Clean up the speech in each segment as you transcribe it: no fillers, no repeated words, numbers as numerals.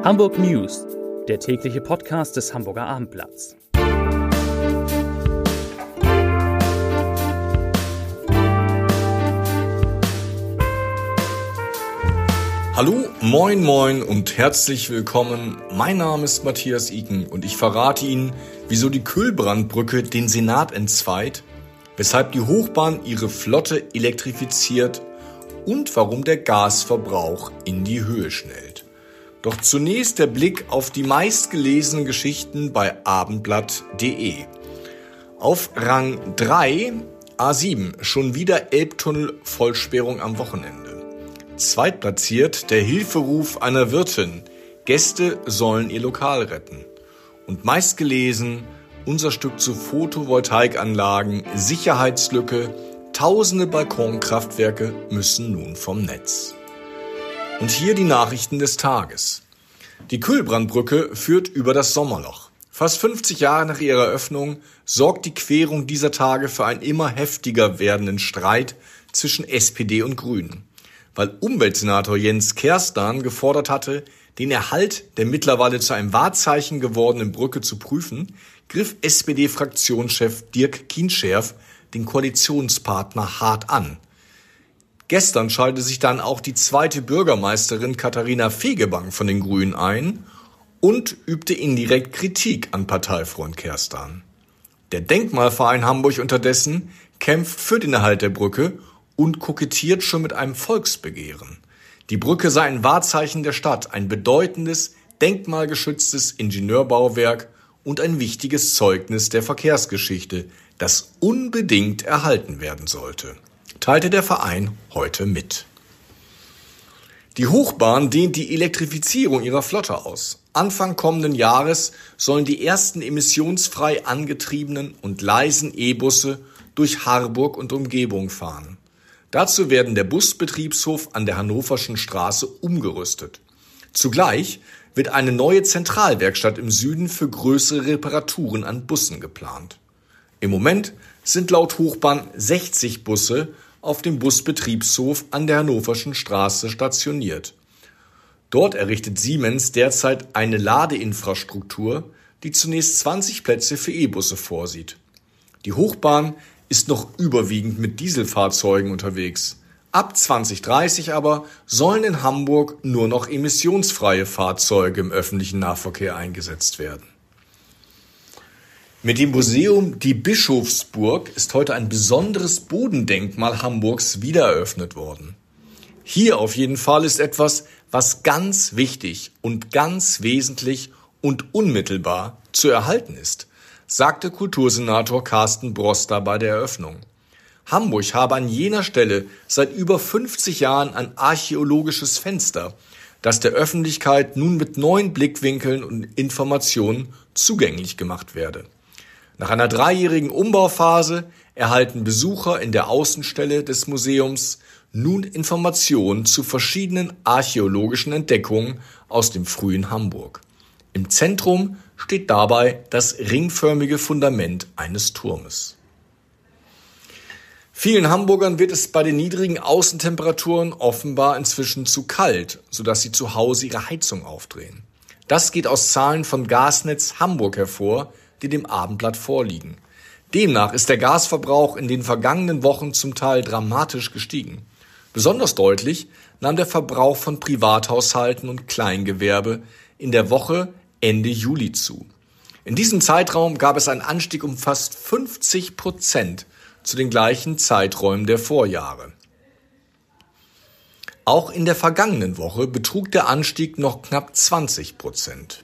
Hamburg News, der tägliche Podcast des Hamburger Abendblatts. Hallo, moin moin und herzlich willkommen. Mein Name ist Matthias Iken und ich verrate Ihnen, wieso die Kühlbrandbrücke den Senat entzweit, weshalb die Hochbahn ihre Flotte elektrifiziert und warum der Gasverbrauch in die Höhe schnellt. Doch zunächst der Blick auf die meistgelesenen Geschichten bei abendblatt.de. Auf Rang 3, A7, schon wieder Elbtunnel-Vollsperrung am Wochenende. Zweitplatziert der Hilferuf einer Wirtin. Gäste sollen ihr Lokal retten. Und meistgelesen unser Stück zu Photovoltaikanlagen, Sicherheitslücke, tausende Balkonkraftwerke müssen nun vom Netz. Und hier die Nachrichten des Tages. Die Kühlbrandbrücke führt über das Sommerloch. Fast 50 Jahre nach ihrer Eröffnung sorgt die Querung dieser Tage für einen immer heftiger werdenden Streit zwischen SPD und Grünen. Weil Umweltsenator Jens Kerstan gefordert hatte, den Erhalt der mittlerweile zu einem Wahrzeichen gewordenen Brücke zu prüfen, griff SPD-Fraktionschef Dirk Kienscherf den Koalitionspartner hart an. Gestern schaltete sich dann auch die zweite Bürgermeisterin Katharina Fegebank von den Grünen ein und übte indirekt Kritik an Parteifreund Kerstan. Der Denkmalverein Hamburg unterdessen kämpft für den Erhalt der Brücke und kokettiert schon mit einem Volksbegehren. Die Brücke sei ein Wahrzeichen der Stadt, ein bedeutendes, denkmalgeschütztes Ingenieurbauwerk und ein wichtiges Zeugnis der Verkehrsgeschichte, das unbedingt erhalten werden sollte, teilte der Verein heute mit. Die Hochbahn dehnt die Elektrifizierung ihrer Flotte aus. Anfang kommenden Jahres sollen die ersten emissionsfrei angetriebenen und leisen E-Busse durch Harburg und Umgebung fahren. Dazu werden der Busbetriebshof an der Hannoverschen Straße umgerüstet. Zugleich wird eine neue Zentralwerkstatt im Süden für größere Reparaturen an Bussen geplant. Im Moment sind laut Hochbahn 60 Busse auf dem Busbetriebshof an der Hannoverschen Straße stationiert. Dort errichtet Siemens derzeit eine Ladeinfrastruktur, die zunächst 20 Plätze für E-Busse vorsieht. Die Hochbahn ist noch überwiegend mit Dieselfahrzeugen unterwegs. Ab 2030 aber sollen in Hamburg nur noch emissionsfreie Fahrzeuge im öffentlichen Nahverkehr eingesetzt werden. Mit dem Museum Die Bischofsburg ist heute ein besonderes Bodendenkmal Hamburgs wiedereröffnet worden. Hier auf jeden Fall ist etwas, was ganz wichtig und ganz wesentlich und unmittelbar zu erhalten ist, sagte Kultursenator Carsten Broster bei der Eröffnung. Hamburg habe an jener Stelle seit über 50 Jahren ein archäologisches Fenster, das der Öffentlichkeit nun mit neuen Blickwinkeln und Informationen zugänglich gemacht werde. Nach einer 3-jährigen Umbauphase erhalten Besucher in der Außenstelle des Museums nun Informationen zu verschiedenen archäologischen Entdeckungen aus dem frühen Hamburg. Im Zentrum steht dabei das ringförmige Fundament eines Turmes. Vielen Hamburgern wird es bei den niedrigen Außentemperaturen offenbar inzwischen zu kalt, sodass sie zu Hause ihre Heizung aufdrehen. Das geht aus Zahlen von Gasnetz Hamburg hervor, die dem Abendblatt vorliegen. Demnach ist der Gasverbrauch in den vergangenen Wochen zum Teil dramatisch gestiegen. Besonders deutlich nahm der Verbrauch von Privathaushalten und Kleingewerbe in der Woche Ende Juli zu. In diesem Zeitraum gab es einen Anstieg um fast 50% zu den gleichen Zeiträumen der Vorjahre. Auch in der vergangenen Woche betrug der Anstieg noch knapp 20%.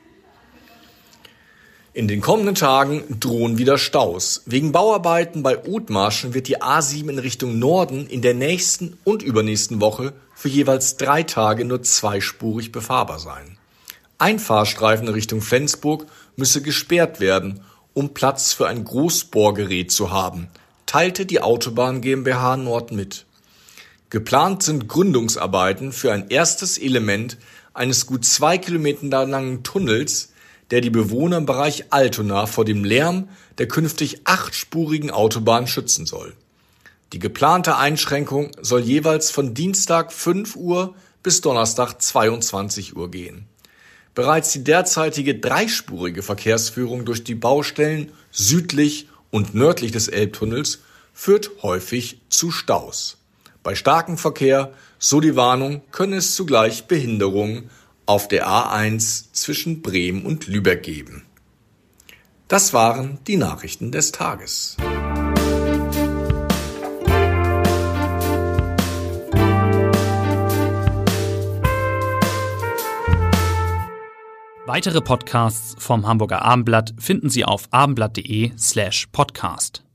In den kommenden Tagen drohen wieder Staus. Wegen Bauarbeiten bei Othmarschen wird die A7 in Richtung Norden in der nächsten und übernächsten Woche für jeweils 3 Tage nur zweispurig befahrbar sein. Ein Fahrstreifen in Richtung Flensburg müsse gesperrt werden, um Platz für ein Großbohrgerät zu haben, teilte die Autobahn GmbH Nord mit. Geplant sind Gründungsarbeiten für ein erstes Element eines gut 2 Kilometer langen Tunnels, der die Bewohner im Bereich Altona vor dem Lärm der künftig 8-spurigen Autobahn schützen soll. Die geplante Einschränkung soll jeweils von Dienstag 5 Uhr bis Donnerstag 22 Uhr gehen. Bereits die derzeitige dreispurige Verkehrsführung durch die Baustellen südlich und nördlich des Elbtunnels führt häufig zu Staus. Bei starkem Verkehr, so die Warnung, können es zugleich Behinderungen auf der A1 zwischen Bremen und Lübeck geben. Das waren die Nachrichten des Tages. Weitere Podcasts vom Hamburger Abendblatt finden Sie auf abendblatt.de/podcast.